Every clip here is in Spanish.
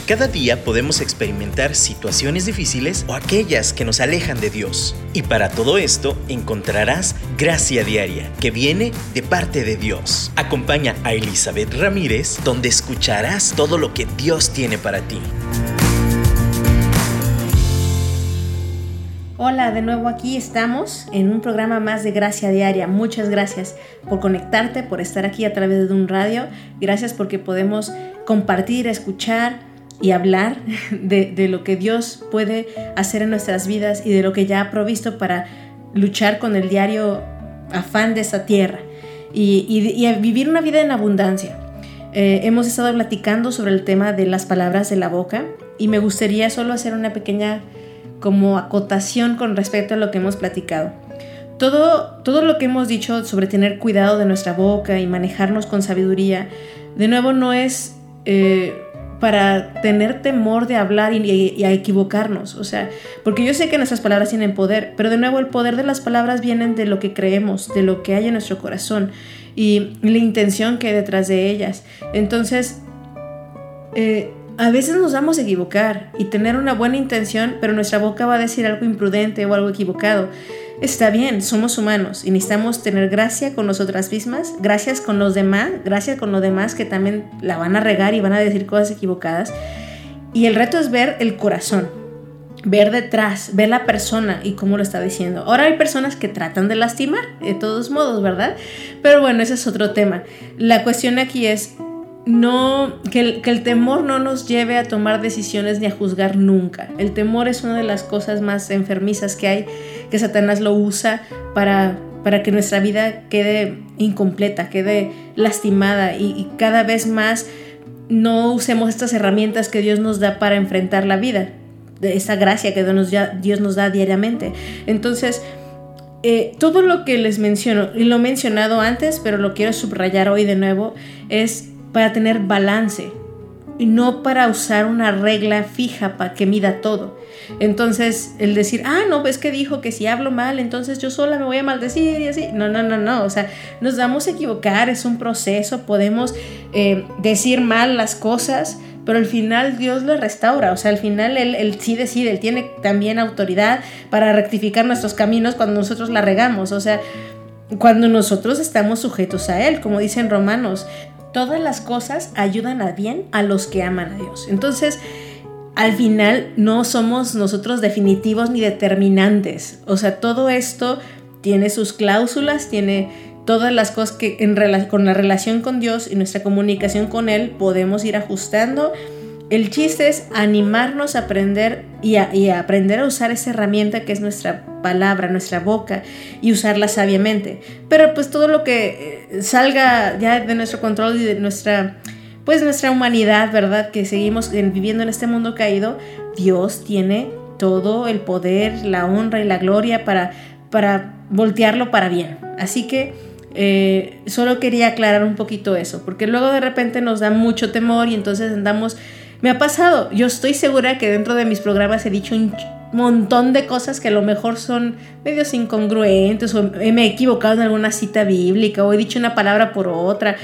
Cada día podemos experimentar situaciones difíciles o aquellas que nos alejan de Dios. Y para todo esto encontrarás gracia diaria que viene de parte de Dios. Acompaña a Elizabeth Ramírez, donde escucharás todo lo que Dios tiene para ti. Hola, de nuevo aquí estamos en un programa más de Gracia Diaria. Muchas gracias por conectarte, por estar aquí a través de un radio. Gracias porque podemos compartir, escuchar y hablar de lo que Dios puede hacer en nuestras vidas y de lo que ya ha provisto para luchar con el diario afán de esta tierra y a vivir una vida en abundancia. Hemos estado platicando sobre el tema de las palabras de la boca y me gustaría solo hacer una pequeña como acotación con respecto a lo que hemos platicado. Todo lo que hemos dicho sobre tener cuidado de nuestra boca y manejarnos con sabiduría, de nuevo no es para tener temor de hablar y a equivocarnos, o sea, porque yo sé que nuestras palabras tienen poder, pero de nuevo el poder de las palabras vienen de lo que creemos, de lo que hay en nuestro corazón y la intención que hay detrás de ellas. Entonces, a veces nos vamos a equivocar y tener una buena intención, pero nuestra boca va a decir algo imprudente o algo equivocado. Está bien, somos humanos y necesitamos tener gracia con nosotras mismas, gracias con los demás que también la van a regar y van a decir cosas equivocadas. Y el reto es ver el corazón, ver detrás, ver la persona y cómo lo está diciendo. Ahora hay personas que tratan de lastimar, de todos modos, ¿verdad? Pero bueno, ese es otro tema. La cuestión aquí es que el temor no nos lleve a tomar decisiones ni a juzgar nunca. El temor es una de las cosas más enfermizas que hay, que Satanás lo usa para que nuestra vida quede incompleta, quede lastimada y cada vez más no usemos estas herramientas que Dios nos da para enfrentar la vida, esa gracia que Dios nos da diariamente. Entonces, todo lo que les menciono, y lo he mencionado antes, pero lo quiero subrayar hoy de nuevo, es para tener balance y no para usar una regla fija para que mida todo. Entonces el decir, no, pues que dijo que si hablo mal entonces yo sola me voy a maldecir y así, no, o sea, nos vamos a equivocar, es un proceso, podemos decir mal las cosas, pero al final Dios lo restaura, o sea, al final Él sí decide, Él tiene también autoridad para rectificar nuestros caminos cuando nosotros la regamos, o sea, cuando nosotros estamos sujetos a Él, como dice en Romanos, todas las cosas ayudan a bien a los que aman a Dios. Entonces, al final no somos nosotros definitivos ni determinantes. O sea, todo esto tiene sus cláusulas, tiene todas las cosas que con la relación con Dios y nuestra comunicación con Él podemos ir ajustando. El chiste es animarnos a aprender y a aprender a usar esa herramienta que es nuestra palabra, nuestra boca, y usarla sabiamente. Pero pues todo lo que salga ya de nuestro control y de nuestra humanidad, ¿verdad? Que seguimos viviendo en este mundo caído, Dios tiene todo el poder, la honra y la gloria para voltearlo para bien. Así que solo quería aclarar un poquito eso, porque luego de repente nos da mucho temor y entonces andamos... Me ha pasado, yo estoy segura que dentro de mis programas he dicho un montón de cosas que a lo mejor son medios incongruentes o me he equivocado en alguna cita bíblica o he dicho una palabra por otra,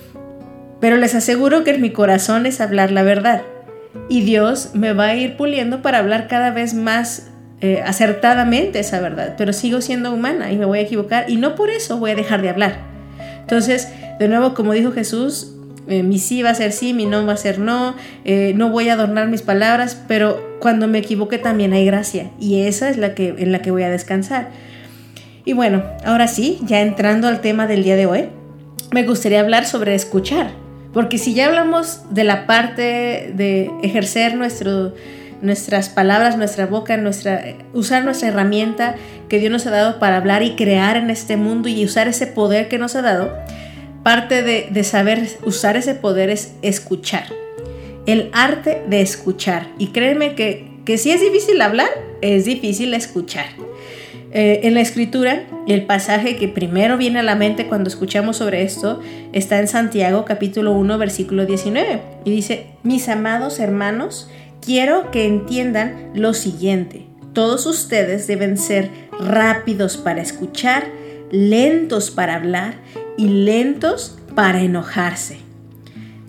pero les aseguro que en mi corazón es hablar la verdad y Dios me va a ir puliendo para hablar cada vez más acertadamente esa verdad, pero sigo siendo humana y me voy a equivocar y no por eso voy a dejar de hablar. Entonces, de nuevo, como dijo Jesús, mi sí va a ser sí, mi no va a ser no, no voy a adornar mis palabras, pero cuando me equivoque también hay gracia y esa es en la que voy a descansar. Y bueno, ahora sí, ya entrando al tema del día de hoy, me gustaría hablar sobre escuchar, porque si ya hablamos de la parte de ejercer nuestras palabras, nuestra boca, usar nuestra herramienta que Dios nos ha dado para hablar y crear en este mundo y usar ese poder que nos ha dado, parte de saber usar ese poder es escuchar. El arte de escuchar. Y créeme que si es difícil hablar, es difícil escuchar. En la escritura, el pasaje que primero viene a la mente cuando escuchamos sobre esto está en Santiago capítulo 1 versículo 19 y dice: mis amados hermanos, quiero que entiendan lo siguiente: todos ustedes deben ser rápidos para escuchar, lentos para hablar y lentos para enojarse.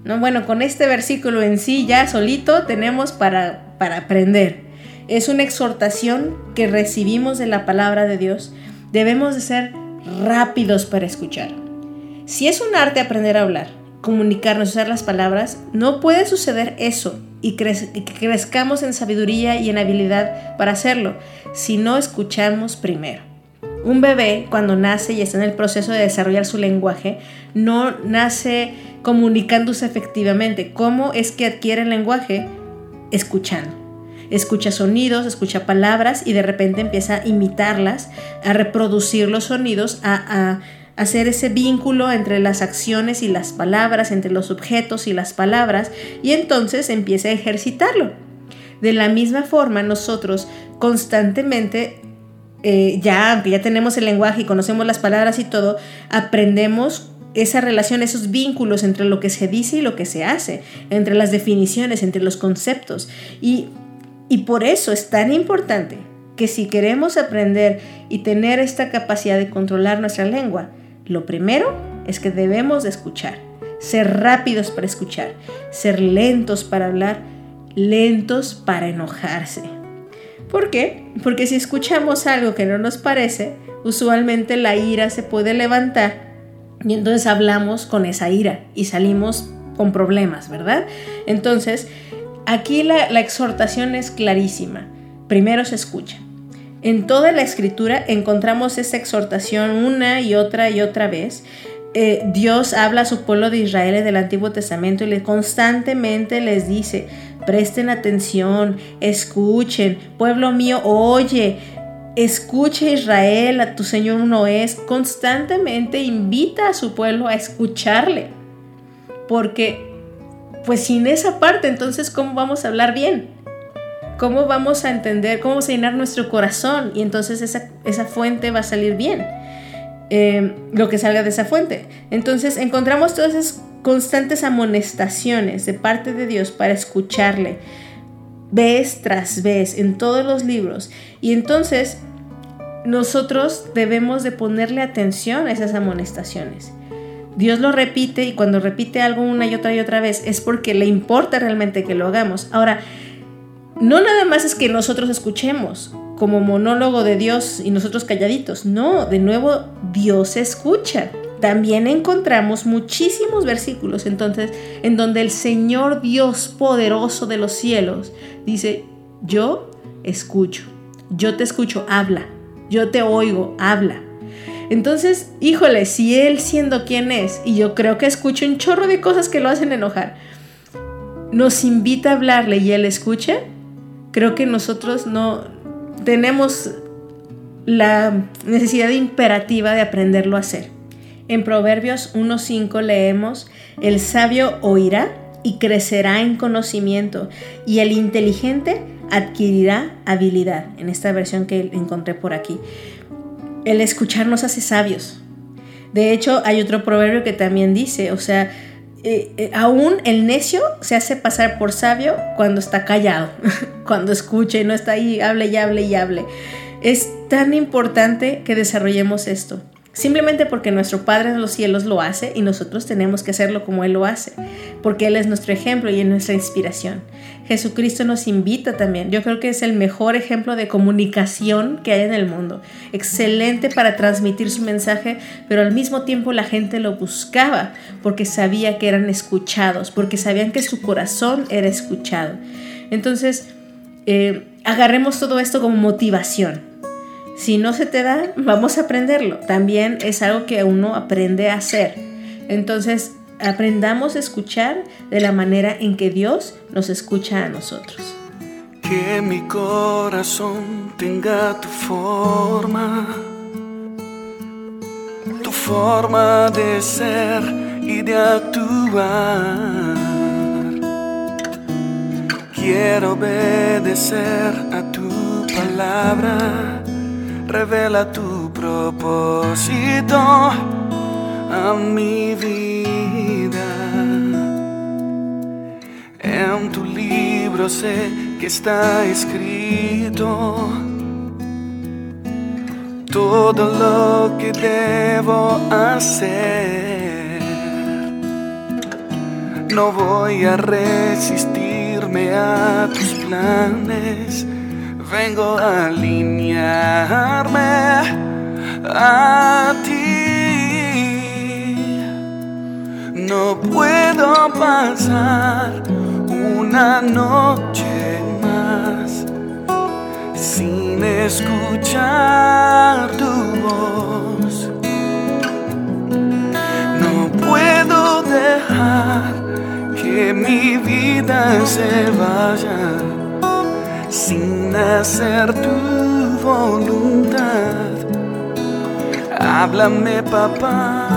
No, bueno, con este versículo en sí ya solito tenemos para aprender. Es una exhortación que recibimos de la palabra de Dios. Debemos de ser rápidos para escuchar. Si es un arte aprender a hablar, comunicarnos, usar las palabras, no puede suceder eso y que crezcamos en sabiduría y en habilidad para hacerlo si no escuchamos primero. Un bebé, cuando nace y está en el proceso de desarrollar su lenguaje, no nace comunicándose efectivamente. ¿Cómo es que adquiere el lenguaje? Escuchando. Escucha sonidos, escucha palabras y de repente empieza a imitarlas, a reproducir los sonidos, a hacer ese vínculo entre las acciones y las palabras, entre los objetos y las palabras, y entonces empieza a ejercitarlo. De la misma forma, nosotros constantemente, aunque ya tenemos el lenguaje y conocemos las palabras y todo, aprendemos esa relación, esos vínculos entre lo que se dice y lo que se hace, entre las definiciones, entre los conceptos. Y por eso es tan importante que si queremos aprender y tener esta capacidad de controlar nuestra lengua, lo primero es que debemos de escuchar, ser rápidos para escuchar, ser lentos para hablar, lentos para enojarse. ¿Por qué? Porque si escuchamos algo que no nos parece, usualmente la ira se puede levantar y entonces hablamos con esa ira y salimos con problemas, ¿verdad? Entonces, aquí la exhortación es clarísima. Primero se escucha. En toda la Escritura encontramos esta exhortación una y otra vez. Dios habla a su pueblo de Israel del Antiguo Testamento y constantemente les dice: presten atención, escuchen, pueblo mío, oye, escucha Israel, a tu Señor uno es. Constantemente invita a su pueblo a escucharle, porque pues sin esa parte, entonces ¿cómo vamos a hablar bien? ¿Cómo vamos a entender? ¿Cómo vamos a llenar nuestro corazón? Y entonces esa fuente va a salir bien, lo que salga de esa fuente. Entonces encontramos todas esas constantes amonestaciones de parte de Dios para escucharle, vez tras vez, en todos los libros. Y entonces nosotros debemos de ponerle atención a esas amonestaciones. Dios lo repite, y cuando repite algo una y otra vez es porque le importa realmente que lo hagamos. Ahora, no nada más es que nosotros escuchemos como monólogo de Dios y nosotros calladitos. No, de nuevo, Dios escucha. También encontramos muchísimos versículos entonces en donde el Señor Dios poderoso de los cielos dice: yo escucho, yo te escucho, habla, yo te oigo, habla. Entonces, híjole, si Él, siendo quien es, y yo creo que escucha un chorro de cosas que lo hacen enojar, nos invita a hablarle y Él escucha, creo que nosotros no tenemos la necesidad imperativa de aprenderlo a hacer. En Proverbios 1:5 leemos: el sabio oirá y crecerá en conocimiento, y el inteligente adquirirá habilidad. En esta versión que encontré por aquí, el escuchar nos hace sabios. De hecho, hay otro proverbio que también dice, aún el necio se hace pasar por sabio cuando está callado, cuando escucha y no está ahí, hable y hable y hable. Es tan importante que desarrollemos esto, simplemente porque nuestro Padre en los cielos lo hace y nosotros tenemos que hacerlo como Él lo hace, porque Él es nuestro ejemplo y es nuestra inspiración. Jesucristo nos invita también. Yo creo que es el mejor ejemplo de comunicación que hay en el mundo. Excelente para transmitir su mensaje, pero al mismo tiempo la gente lo buscaba porque sabía que eran escuchados, porque sabían que su corazón era escuchado. Entonces, agarremos todo esto como motivación. Si no se te da, vamos a aprenderlo. También es algo que uno aprende a hacer. Entonces, aprendamos a escuchar de la manera en que Dios nos escucha a nosotros. Que mi corazón tenga tu forma de ser y de actuar. Quiero obedecer a tu palabra. Revela tu propósito a mi vida. En tu libro sé que está escrito todo lo que debo hacer. No voy a resistirme a tus planes. Vengo a alinearme a ti. No puedo pasar una noche más sin escuchar tu voz. No puedo dejar que mi vida se vaya sin hacer tu voluntad. Háblame, papá.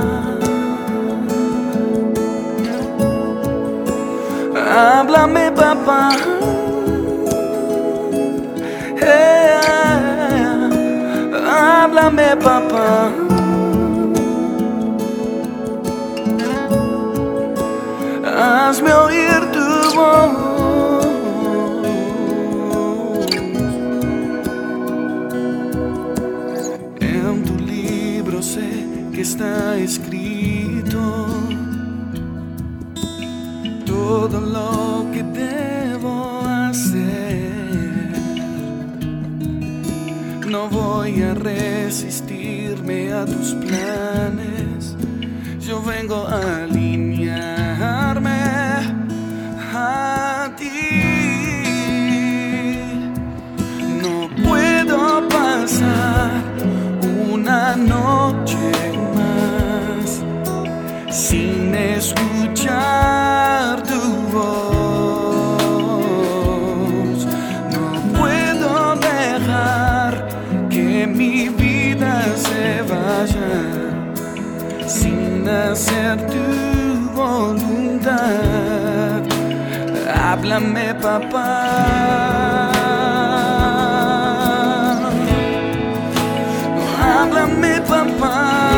Háblame, papá. Háblame, papá. Hazme oír tu voz. En tu libro sé que está escrito todo lo que debo hacer. No voy a resistirme a tus planes. Yo vengo a alinearme a ti. No puedo pasar una noche más sin escuchar tu voz. No puedo dejar que mi vida se vaya sin hacer tu voluntad. Háblame, papá. Háblame, papá.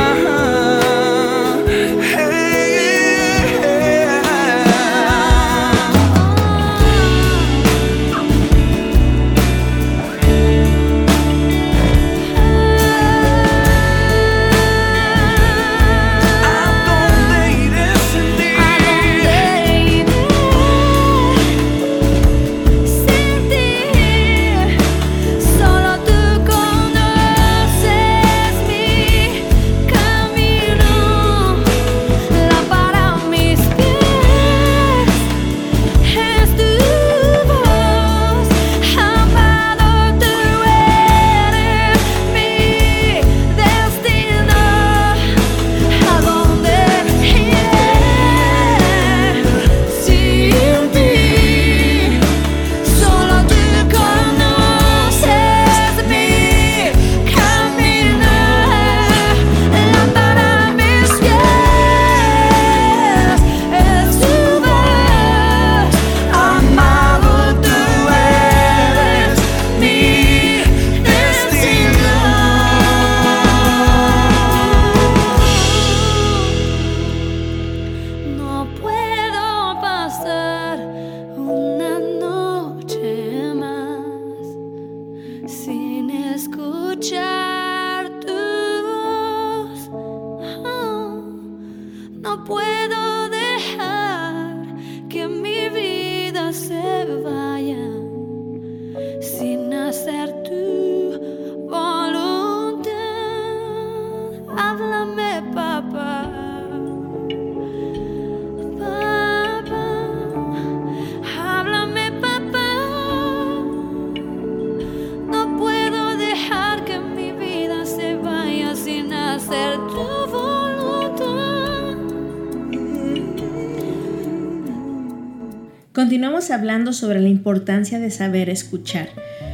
Continuamos hablando sobre la importancia de saber escuchar.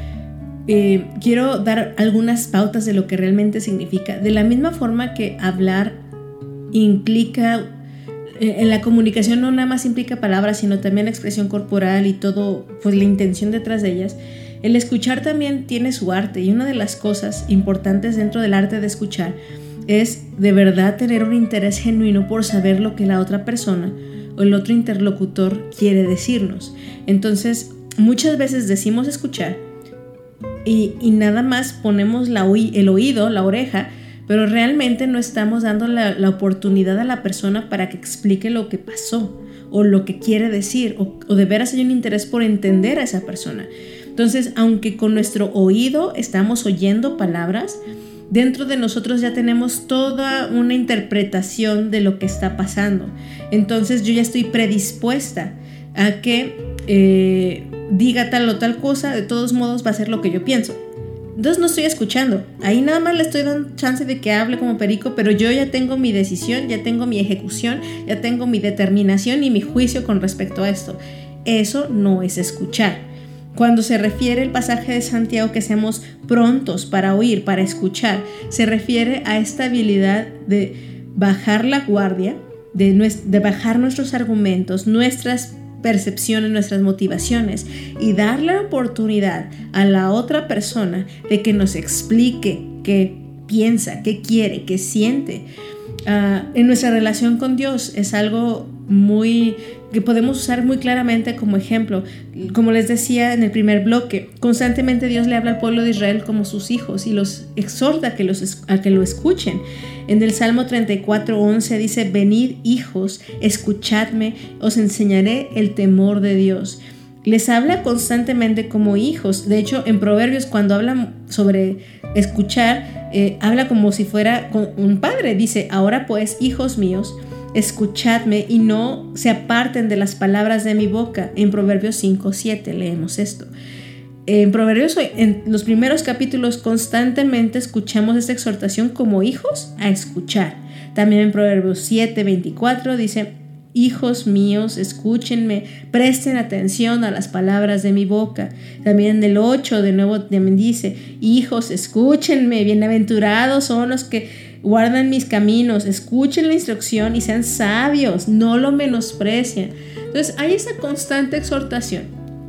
Quiero dar algunas pautas de lo que realmente significa. De la misma forma que hablar implica, en la comunicación no nada más implica palabras, sino también la expresión corporal y todo, pues la intención detrás de ellas. El escuchar también tiene su arte, y una de las cosas importantes dentro del arte de escuchar es de verdad tener un interés genuino por saber lo que la otra persona o el otro interlocutor quiere decirnos. Entonces, muchas veces decimos escuchar y nada más ponemos el oído, la oreja, pero realmente no estamos dando la oportunidad a la persona para que explique lo que pasó o lo que quiere decir, o de veras hay un interés por entender a esa persona. Entonces, aunque con nuestro oído estamos oyendo palabras, dentro de nosotros ya tenemos toda una interpretación de lo que está pasando. Entonces yo ya estoy predispuesta a que diga tal o tal cosa, de todos modos va a ser lo que yo pienso. Entonces no estoy escuchando, ahí nada más le estoy dando chance de que hable como perico, pero yo ya tengo mi decisión, ya tengo mi ejecución, ya tengo mi determinación y mi juicio con respecto a esto. Eso no es escuchar. Cuando se refiere el pasaje de Santiago que seamos prontos para oír, para escuchar, se refiere a esta habilidad de bajar la guardia, de bajar nuestros argumentos, nuestras percepciones, nuestras motivaciones y dar la oportunidad a la otra persona de que nos explique qué piensa, qué quiere, qué siente. En nuestra relación con Dios es algo que podemos usar muy claramente como ejemplo. Como les decía en el primer bloque, constantemente Dios le habla al pueblo de Israel como sus hijos y los exhorta a que lo escuchen. En el Salmo 34:11 dice: venid hijos, escuchadme, os enseñaré el temor de Dios. Les habla constantemente como hijos. De hecho, en Proverbios, cuando habla sobre escuchar, habla como si fuera un padre. Dice: ahora pues, hijos míos, escuchadme y no se aparten de las palabras de mi boca. En Proverbios 5:7 leemos esto. En Proverbios, en los primeros capítulos, constantemente escuchamos esta exhortación como hijos a escuchar. También en Proverbios 7:24 dice: hijos míos, escúchenme, presten atención a las palabras de mi boca. También en el 8 de nuevo también dice: hijos, escúchenme, bienaventurados son los que guardan mis caminos, escuchen la instrucción y sean sabios, no lo menosprecien. Entonces hay esa constante exhortación,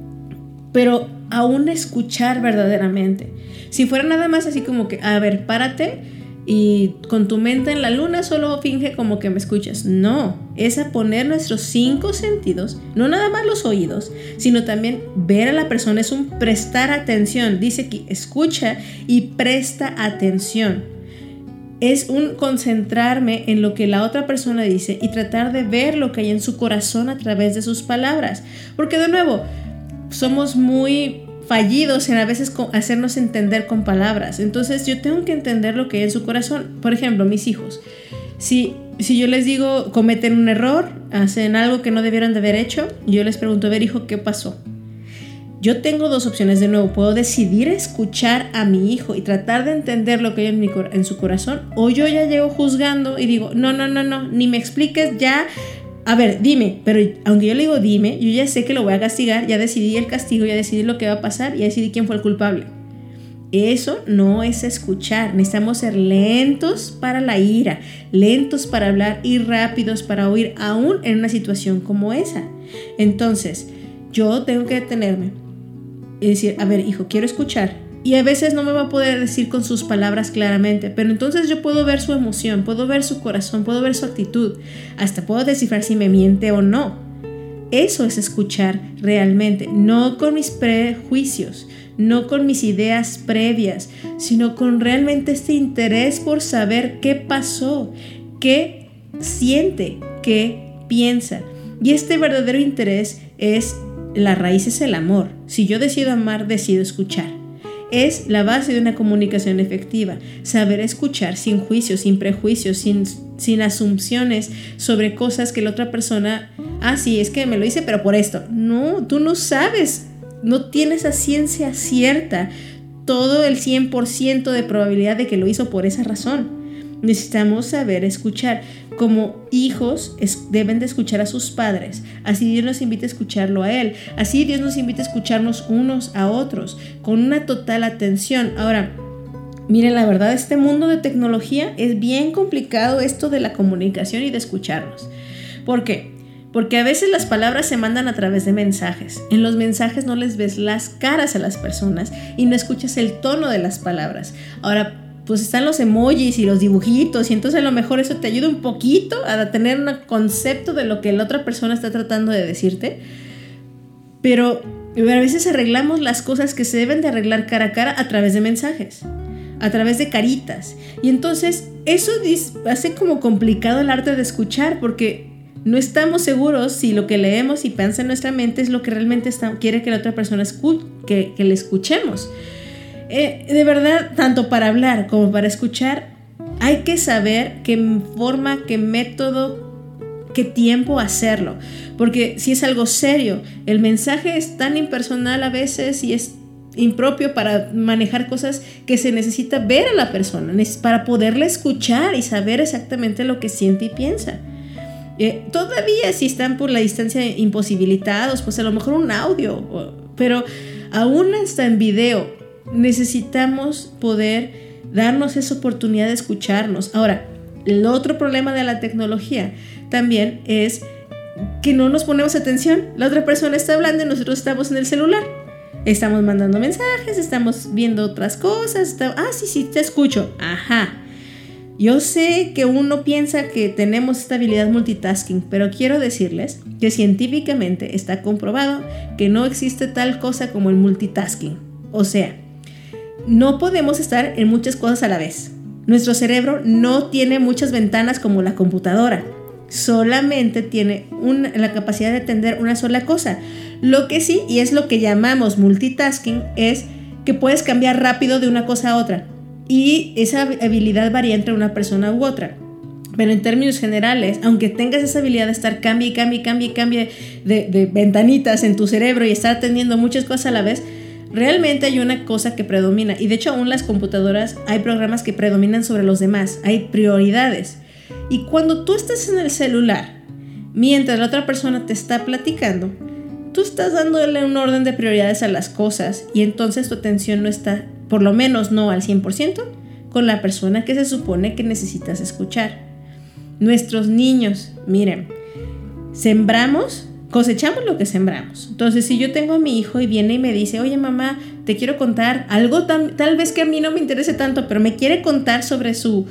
pero aún escuchar verdaderamente. Si fuera nada más así como que, a ver, párate y con tu mente en la luna solo finge como que me escuchas. No, es a poner nuestros 5 sentidos, no nada más los oídos, sino también ver a la persona. Es un prestar atención. Dice aquí, escucha y presta atención. Es un concentrarme en lo que la otra persona dice y tratar de ver lo que hay en su corazón a través de sus palabras. Porque de nuevo, somos muy fallidos en a veces hacernos entender con palabras. Entonces yo tengo que entender lo que hay en su corazón. Por ejemplo, mis hijos. Si yo les digo cometen un error, hacen algo que no debieron de haber hecho, yo les pregunto: a ver, hijo, ¿qué pasó? Yo tengo 2 opciones. De nuevo, puedo decidir escuchar a mi hijo y tratar de entender lo que hay en su corazón, o yo ya llego juzgando y digo: no, ni me expliques ya. A ver, dime. Pero aunque yo le digo dime, yo ya sé que lo voy a castigar, ya decidí el castigo, ya decidí lo que va a pasar, ya decidí quién fue el culpable. Eso no es escuchar. Necesitamos ser lentos para la ira, lentos para hablar y rápidos para oír, aún en una situación como esa. Entonces, yo tengo que detenerme y decir: a ver, hijo, quiero escuchar. Y a veces no me va a poder decir con sus palabras claramente, pero entonces yo puedo ver su emoción, puedo ver su corazón, puedo ver su actitud, hasta puedo descifrar si me miente o no. Eso es escuchar realmente, no con mis prejuicios, no con mis ideas previas, sino con realmente este interés por saber qué pasó, qué siente, qué piensa. Y este verdadero interés la raíz es el amor. Si yo decido amar, decido escuchar. Es la base de una comunicación efectiva. Saber escuchar sin juicios, sin prejuicios, sin asunciones sobre cosas que la otra persona, sí, es que me lo dice, pero por esto. No, tú no sabes, no tienes a ciencia cierta todo el 100% de probabilidad de que lo hizo por esa razón. Necesitamos saber escuchar. Como hijos deben de escuchar a sus padres. Así Dios nos invita a escucharlo a Él. Así Dios nos invita a escucharnos unos a otros con una total atención. Ahora, miren, la verdad, este mundo de tecnología es bien complicado, esto de la comunicación y de escucharnos. ¿Por qué? Porque a veces las palabras se mandan a través de mensajes. En los mensajes no les ves las caras a las personas y no escuchas el tono de las palabras. Ahora, pues están los emojis y los dibujitos, y entonces a lo mejor eso te ayuda un poquito a tener un concepto de lo que la otra persona está tratando de decirte. Pero a veces arreglamos las cosas que se deben de arreglar cara a cara a través de mensajes, a través de caritas. Y entonces eso hace como complicado el arte de escuchar, porque no estamos seguros si lo que leemos y piensa en nuestra mente es lo que realmente quiere que la otra persona que le escuchemos. De verdad, tanto para hablar como para escuchar, hay que saber qué forma, qué método, qué tiempo hacerlo. Porque si es algo serio, el mensaje es tan impersonal a veces y es impropio para manejar cosas que se necesita ver a la persona para poderla escuchar y saber exactamente lo que siente y piensa. Todavía si están por la distancia imposibilitados, pues a lo mejor un audio, pero aún hasta en video necesitamos poder darnos esa oportunidad de escucharnos. Ahora, el otro problema de la tecnología también es que no nos ponemos atención. La otra persona está hablando y nosotros estamos en el celular. Estamos mandando mensajes, estamos viendo otras cosas. Sí, te escucho. Ajá. Yo sé que uno piensa que tenemos esta habilidad multitasking, pero quiero decirles que científicamente está comprobado que no existe tal cosa como el multitasking. O sea, no podemos estar en muchas cosas a la vez. Nuestro cerebro no tiene muchas ventanas como la computadora. Solamente tiene la capacidad de atender una sola cosa. Lo que sí, y es lo que llamamos multitasking, es que puedes cambiar rápido de una cosa a otra. Y esa habilidad varía entre una persona u otra. Pero en términos generales, aunque tengas esa habilidad de estar cambie de ventanitas en tu cerebro y estar atendiendo muchas cosas a la vez, realmente hay una cosa que predomina. Y de hecho aún las computadoras hay programas que predominan sobre los demás. Hay prioridades. Y cuando tú estás en el celular, mientras la otra persona te está platicando, tú estás dándole un orden de prioridades a las cosas y entonces tu atención no está, por lo menos no al 100%, con la persona que se supone que necesitas escuchar. Nuestros niños, miren, cosechamos lo que sembramos. Entonces, si yo tengo a mi hijo y viene y me dice, oye mamá, te quiero contar algo tal vez que a mí no me interese tanto, pero me quiere contar sobre su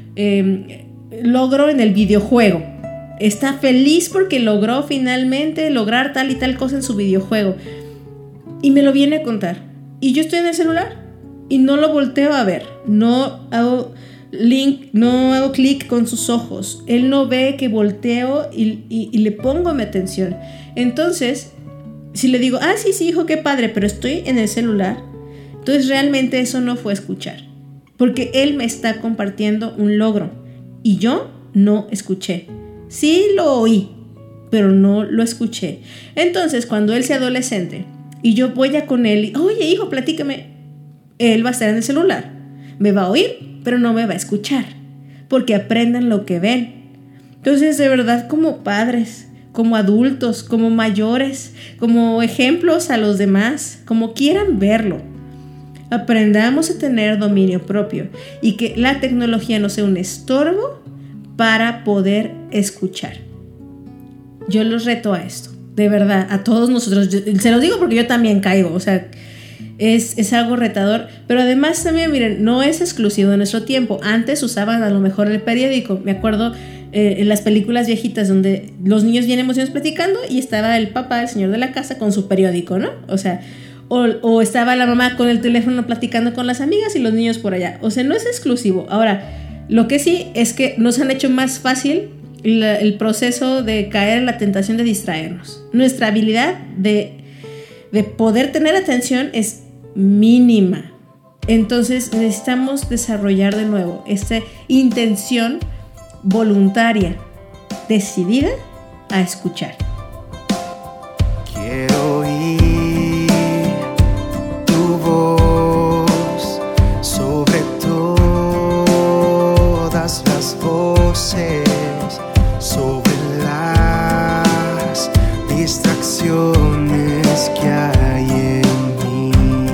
logro en el videojuego. Está feliz porque logró finalmente lograr tal y tal cosa en su videojuego. Y me lo viene a contar. Y yo estoy en el celular y no lo volteo a ver. No hago clic con sus ojos. Él no ve que volteo y le pongo mi atención. Entonces, si le digo, sí, hijo, qué padre, pero estoy en el celular, entonces realmente eso no fue escuchar. Porque él me está compartiendo un logro y yo no escuché. Sí lo oí, pero no lo escuché. Entonces, cuando él sea adolescente y yo voy a con él, oye hijo, platícame, él va a estar en el celular, me va a oír, pero no me va a escuchar, porque aprenden lo que ven. Entonces, de verdad, como padres, como adultos, como mayores, como ejemplos a los demás, como quieran verlo, aprendamos a tener dominio propio y que la tecnología no sea un estorbo para poder escuchar. Yo los reto a esto, de verdad, a todos nosotros. Se los digo porque yo también caigo, o sea, es algo retador, pero además también, miren, no es exclusivo de nuestro tiempo. Antes usaban a lo mejor el periódico. Me acuerdo en las películas viejitas donde los niños bien emocionados platicando y estaba el papá, el señor de la casa, con su periódico, ¿no? O sea, o estaba la mamá con el teléfono platicando con las amigas y los niños por allá. O sea, no es exclusivo. Ahora, lo que sí es que nos han hecho más fácil el proceso de caer en la tentación de distraernos. Nuestra habilidad de poder tener atención es mínima. Entonces necesitamos desarrollar de nuevo esta intención voluntaria, decidida a escuchar. Quiero oír tu voz sobre todas las voces, sobre las distracciones que hay en mí.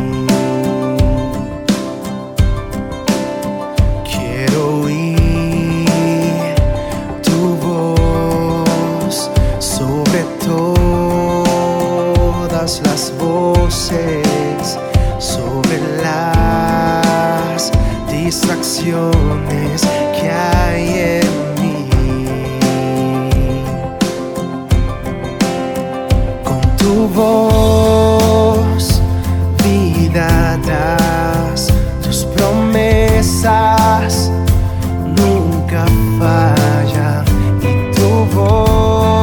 Quiero oír tu voz sobre todas las voces, sobre las distracciones que hay en mí. Con tu voz, vida das, tus promesas nunca fallan, y tu voz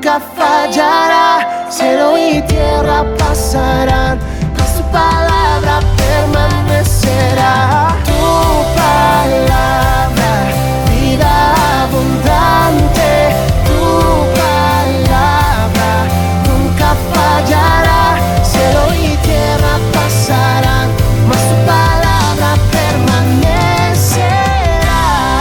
nunca fallará. Cielo y tierra pasarán, mas tu palabra permanecerá. Tu palabra, vida abundante. Tu palabra nunca fallará. Cielo y tierra pasarán, mas tu palabra permanecerá.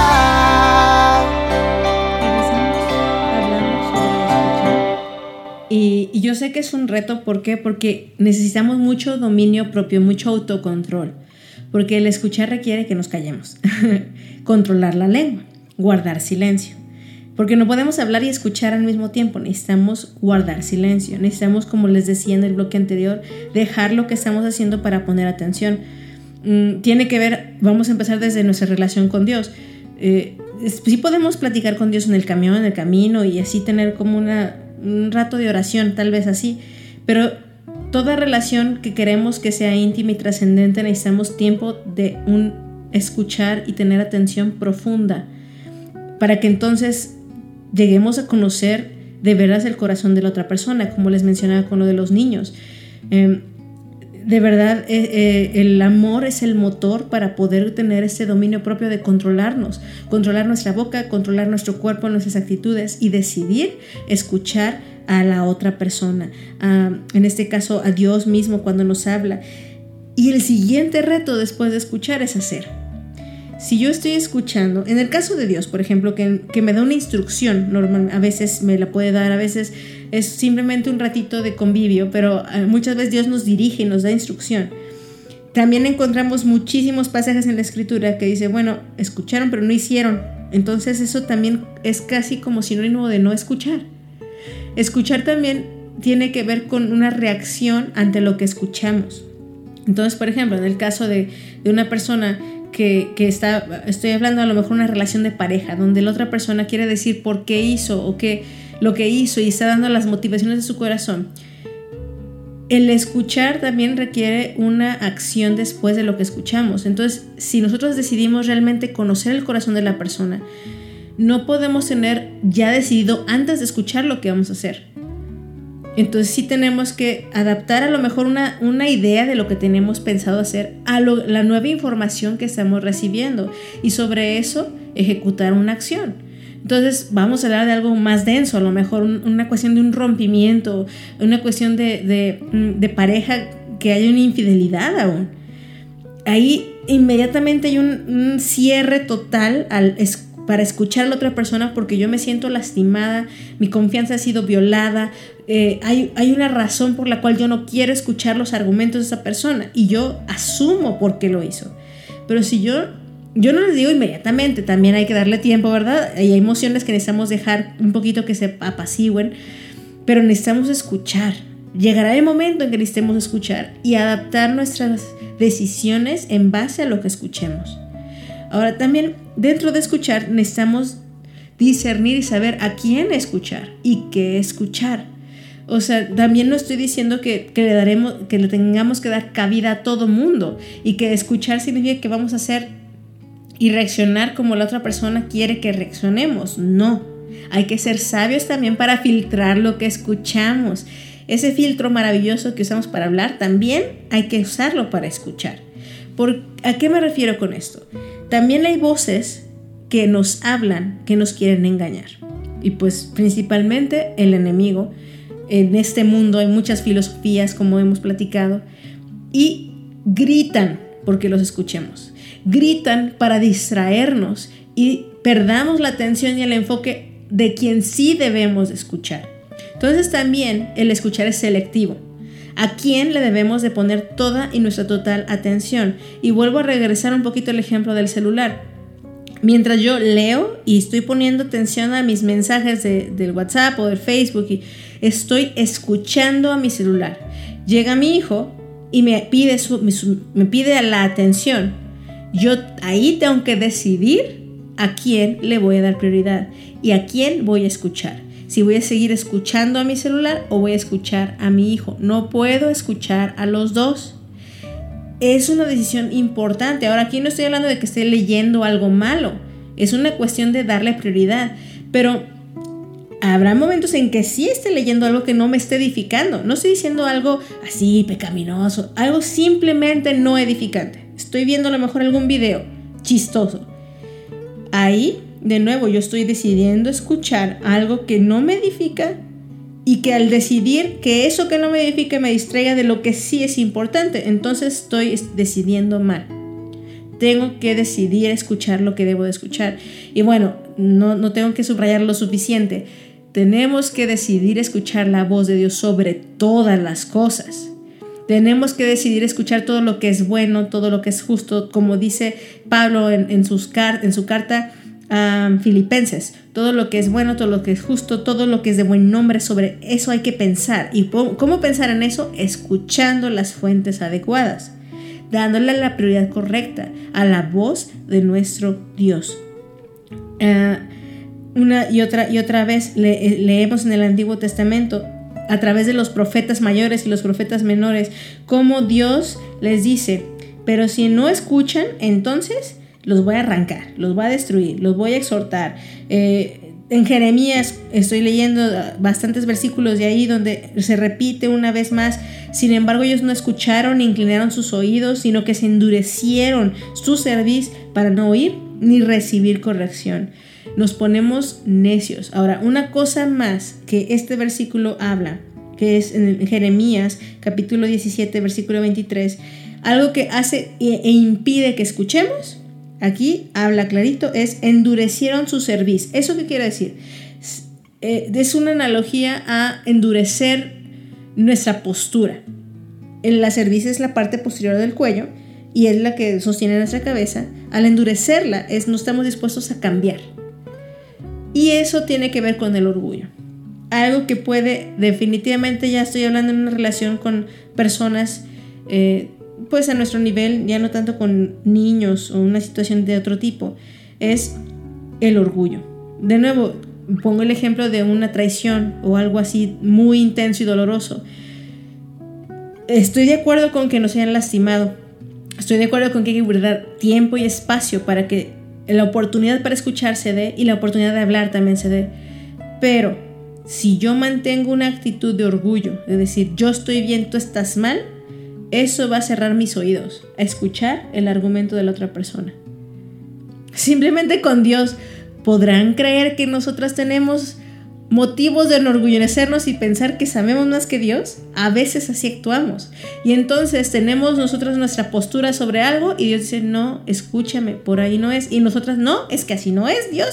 Y yo sé que es un reto, ¿por qué? Porque necesitamos mucho dominio propio, mucho autocontrol, porque el escuchar requiere que nos callemos, controlar la lengua, guardar silencio, porque no podemos hablar y escuchar al mismo tiempo, necesitamos guardar silencio, necesitamos, como les decía en el bloque anterior, dejar lo que estamos haciendo para poner atención. Tiene que ver, vamos a empezar desde nuestra relación con Dios. Sí podemos platicar con Dios en el camión, en el camino, y así tener como un rato de oración, tal vez así, pero toda relación que queremos que sea íntima y trascendente necesitamos tiempo de un escuchar y tener atención profunda para que entonces lleguemos a conocer de veras el corazón de la otra persona, como les mencionaba con lo de los niños. De verdad, el amor es el motor para poder tener ese dominio propio de controlarnos, controlar nuestra boca, controlar nuestro cuerpo, nuestras actitudes y decidir escuchar a la otra persona, en este caso a Dios mismo cuando nos habla. Y el siguiente reto después de escuchar es hacer. Si yo estoy escuchando, en el caso de Dios, por ejemplo, que me da una instrucción, normal, a veces me la puede dar, a veces es simplemente un ratito de convivio, pero muchas veces Dios nos dirige y nos da instrucción. También encontramos muchísimos pasajes en la Escritura que dice, bueno, escucharon pero no hicieron. Entonces eso también es casi como sinónimo de no escuchar. Escuchar también tiene que ver con una reacción ante lo que escuchamos. Entonces, por ejemplo, en el caso de una persona que estoy hablando a lo mejor una relación de pareja, donde la otra persona quiere decir por qué hizo o qué lo que hizo y está dando las motivaciones de su corazón. El escuchar también requiere una acción después de lo que escuchamos. Entonces, si nosotros decidimos realmente conocer el corazón de la persona, no podemos tener ya decidido antes de escuchar lo que vamos a hacer. Entonces sí tenemos que adaptar a lo mejor una idea de lo que tenemos pensado hacer a la nueva información que estamos recibiendo y sobre eso ejecutar una acción. Entonces vamos a hablar de algo más denso, a lo mejor una cuestión de un rompimiento, una cuestión de pareja que hay una infidelidad aún. Ahí inmediatamente hay un cierre total para escuchar a la otra persona porque yo me siento lastimada, mi confianza ha sido violada, hay una razón por la cual yo no quiero escuchar los argumentos de esa persona y yo asumo por qué lo hizo. Pero si yo no les digo inmediatamente, también hay que darle tiempo, ¿verdad? Y hay emociones que necesitamos dejar un poquito que se apacigüen, pero necesitamos escuchar. Llegará el momento en que necesitemos escuchar y adaptar nuestras decisiones en base a lo que escuchemos. Ahora también dentro de escuchar necesitamos discernir y saber a quién escuchar y qué escuchar. O sea, también no estoy diciendo que le tengamos que dar cabida a todo mundo y que escuchar significa que vamos a hacer y reaccionar como la otra persona quiere que reaccionemos. No, hay que ser sabios también para filtrar lo que escuchamos. Ese filtro maravilloso que usamos para hablar también hay que usarlo para escuchar. ¿A qué me refiero con esto? También hay voces que nos hablan, que nos quieren engañar. Y pues principalmente el enemigo. En este mundo hay muchas filosofías, como hemos platicado, y gritan porque los escuchemos. Gritan para distraernos y perdamos la atención y el enfoque de quien sí debemos escuchar. Entonces también el escuchar es selectivo. ¿A quién le debemos de poner toda y nuestra total atención? Y vuelvo a regresar un poquito al ejemplo del celular. Mientras yo leo y estoy poniendo atención a mis mensajes del WhatsApp o del Facebook y estoy escuchando a mi celular, llega mi hijo y me pide la atención. Yo ahí tengo que decidir a quién le voy a dar prioridad y a quién voy a escuchar. Si voy a seguir escuchando a mi celular o voy a escuchar a mi hijo. No puedo escuchar a los dos. Es una decisión importante. Ahora, aquí no estoy hablando de que esté leyendo algo malo. Es una cuestión de darle prioridad. Pero habrá momentos en que sí esté leyendo algo que no me esté edificando. No estoy diciendo algo así pecaminoso, algo simplemente no edificante. Estoy viendo a lo mejor algún video chistoso. Ahí, de nuevo, yo estoy decidiendo escuchar algo que no me edifica, y que al decidir que eso que no me edifica me distraiga de lo que sí es importante, entonces estoy decidiendo mal. Tengo que decidir escuchar lo que debo de escuchar. Y bueno, no tengo que subrayar lo suficiente. Tenemos que decidir escuchar la voz de Dios sobre todas las cosas. Tenemos que decidir escuchar todo lo que es bueno, todo lo que es justo, como dice Pablo en su carta a Filipenses. Todo lo que es bueno, todo lo que es justo, todo lo que es de buen nombre, sobre eso hay que pensar. ¿Y cómo pensar en eso? Escuchando las fuentes adecuadas, dándole la prioridad correcta a la voz de nuestro Dios. Una y otra vez leemos en el Antiguo Testamento, a través de los profetas mayores y los profetas menores, cómo Dios les dice: pero si no escuchan, entonces los voy a arrancar, los voy a destruir, los voy a exhortar. En Jeremías estoy leyendo bastantes versículos de ahí donde se repite una vez más: sin embargo ellos no escucharon ni inclinaron sus oídos, sino que se endurecieron su cerviz para no oír ni recibir corrección. Nos ponemos necios. Ahora, una cosa más que este versículo habla, que es en Jeremías capítulo 17 versículo 23, algo que hace e impide que escuchemos. Aquí habla clarito, es endurecieron su cerviz. ¿Eso qué quiere decir? Es una analogía a endurecer nuestra postura. La cerviz es la parte posterior del cuello y es la que sostiene nuestra cabeza. Al endurecerla, no estamos dispuestos a cambiar. Y eso tiene que ver con el orgullo. Algo que puede, definitivamente, ya estoy hablando en una relación con personas pues a nuestro nivel, ya no tanto con niños o una situación de otro tipo, es el orgullo. De nuevo, pongo el ejemplo de una traición o algo así muy intenso y doloroso. Estoy de acuerdo con que nos hayan lastimado. Estoy de acuerdo con que hay que guardar tiempo y espacio para que la oportunidad para escuchar se dé y la oportunidad de hablar también se dé. Pero si yo mantengo una actitud de orgullo, es decir, yo estoy bien, tú estás mal, eso va a cerrar mis oídos a escuchar el argumento de la otra persona. Simplemente con Dios podrán creer que nosotras tenemos motivos de enorgullecernos y pensar que sabemos más que Dios. A veces así actuamos. Y entonces tenemos nosotros nuestra postura sobre algo y Dios dice: no, escúchame, por ahí no es. Y nosotras: no, es que así no es Dios.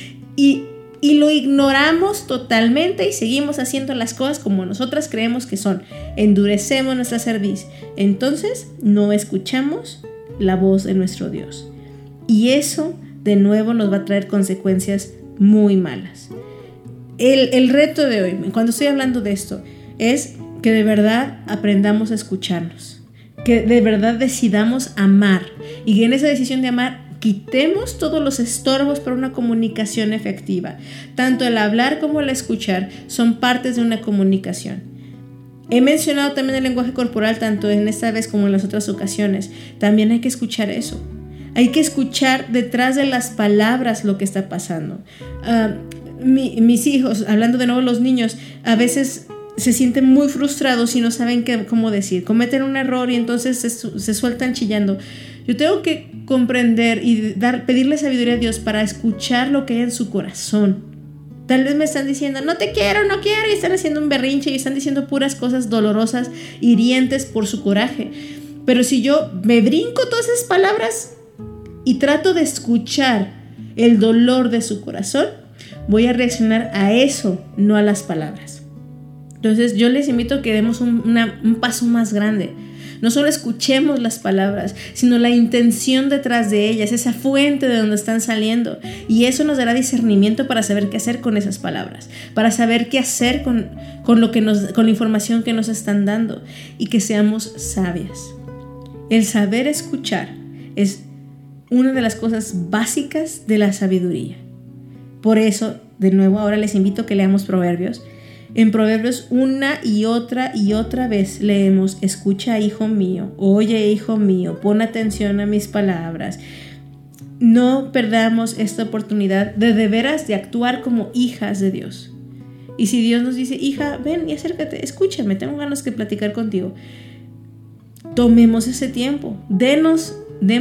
Y lo ignoramos totalmente y seguimos haciendo las cosas como nosotras creemos que son. Endurecemos nuestra cerviz. Entonces no escuchamos la voz de nuestro Dios. Y eso de nuevo nos va a traer consecuencias muy malas. El reto de hoy, cuando estoy hablando de esto, es que de verdad aprendamos a escucharnos. Que de verdad decidamos amar. Y que en esa decisión de amar quitemos todos los estorbos para una comunicación efectiva. Tanto el hablar como el escuchar son partes de una comunicación. He mencionado también el lenguaje corporal, tanto en esta vez como en las otras ocasiones. También hay que escuchar eso. Hay que escuchar detrás de las palabras lo que está pasando. Mis hijos, hablando de nuevo los niños, a veces se sienten muy frustrados y no saben cómo decir. Cometen un error y entonces se sueltan chillando. Yo tengo que comprender y pedirle sabiduría a Dios para escuchar lo que hay en su corazón. Tal vez me están diciendo: no te quiero, no quiero, y están haciendo un berrinche y están diciendo puras cosas dolorosas, hirientes por su coraje. Pero si yo me brinco todas esas palabras y trato de escuchar el dolor de su corazón, voy a reaccionar a eso, no a las palabras. Entonces yo les invito a que demos un paso más grande. No solo escuchemos las palabras, sino la intención detrás de ellas, esa fuente de donde están saliendo. Y eso nos dará discernimiento para saber qué hacer con esas palabras, para saber qué hacer con la información que nos están dando, y que seamos sabias. El saber escuchar es una de las cosas básicas de la sabiduría. Por eso, de nuevo, ahora les invito a que leamos Proverbios. En Proverbios una y otra vez leemos: escucha, hijo mío, oye, hijo mío, pon atención a mis palabras. No perdamos esta oportunidad de veras de actuar como hijas de Dios. Y si Dios nos dice, hija, ven y acércate, escúchame, tengo ganas de platicar contigo, tomemos ese tiempo, démonos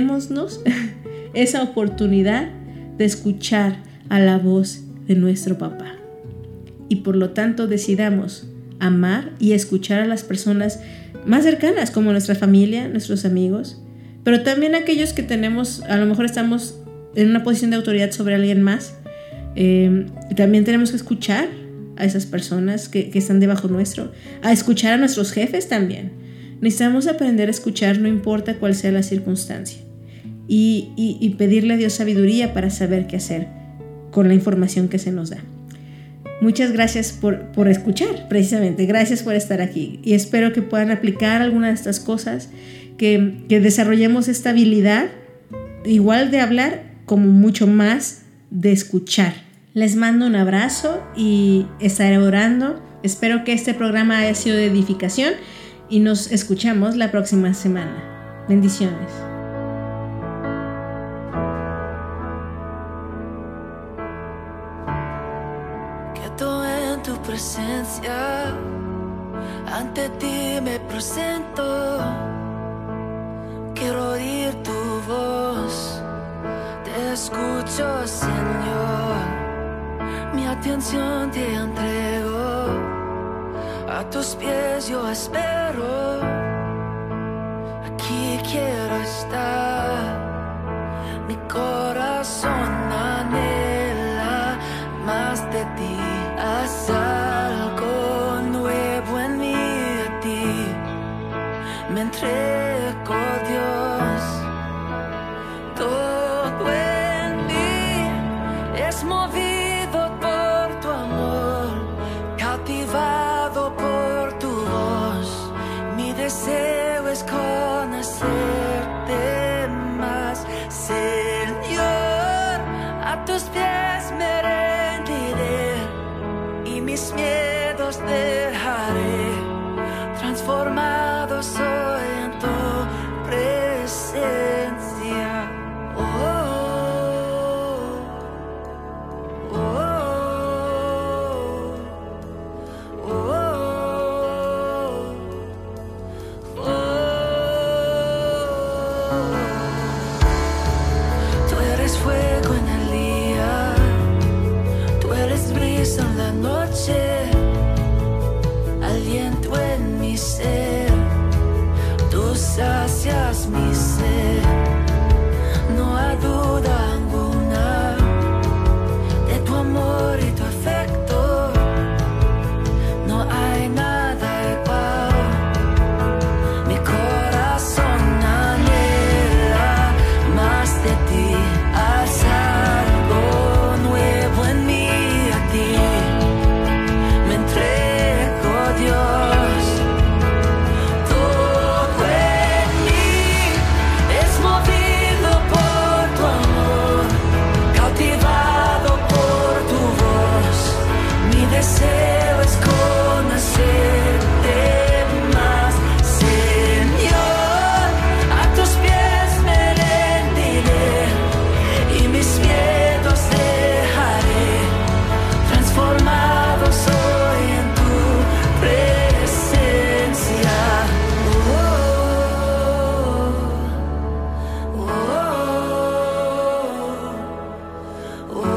esa oportunidad de escuchar a la voz de nuestro papá. Y por lo tanto decidamos amar y escuchar a las personas más cercanas, como nuestra familia, nuestros amigos, pero también aquellos que tenemos, a lo mejor estamos en una posición de autoridad sobre alguien más. También tenemos que escuchar a esas personas que están debajo nuestro, a escuchar a nuestros jefes también. Necesitamos aprender a escuchar, no importa cuál sea la circunstancia, y pedirle a Dios sabiduría para saber qué hacer con la información que se nos da. Muchas gracias por escuchar, precisamente. Gracias por estar aquí. Y espero que puedan aplicar alguna de estas cosas, que desarrollemos esta habilidad, igual de hablar, como mucho más de escuchar. Les mando un abrazo y estaré orando. Espero que este programa haya sido de edificación y nos escuchamos la próxima semana. Bendiciones. Presencia, ante ti me presento, quiero oír tu voz, te escucho, Señor, mi atención te entrego, a tus pies yo espero, aquí quiero estar, mi corazón anhela más de ti. Haz algo nuevo en mí, a ti me entrego, Dios. Todo en mí es movido por tu amor, cautivado por tu voz. Mi deseo es conocerte más, Señor. A tus pies me rendiré, mis miedos dejaré, transformado soy en tu presencia. Oh, oh, oh, oh, oh, oh. Tú eres fuego en el día, tú eres brisa en la noche, aliento en mi ser, tú sacias mi ser, no hay duda alguna de tu amor y tu afecto, no hay nada igual, mi corazón anhela más de ti, haz algo nuevo en mí. Me entrego, Dios. Todo en mí es movido por tu amor, cautivado por tu voz. Mi deseo es conocerte más, Señor. A tus pies me rendiré y mis miedos dejaré, transformado soy en tu presencia. Oh, oh, oh,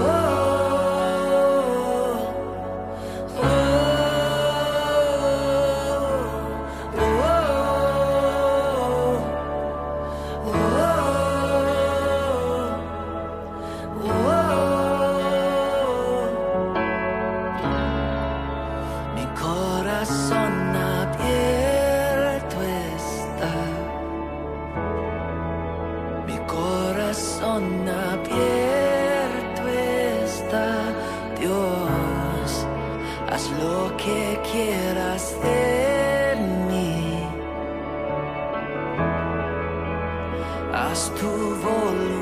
mi corazón abierto está, mi corazón abierto está, Dios, haz lo que quieras de mí, haz tu voluntad.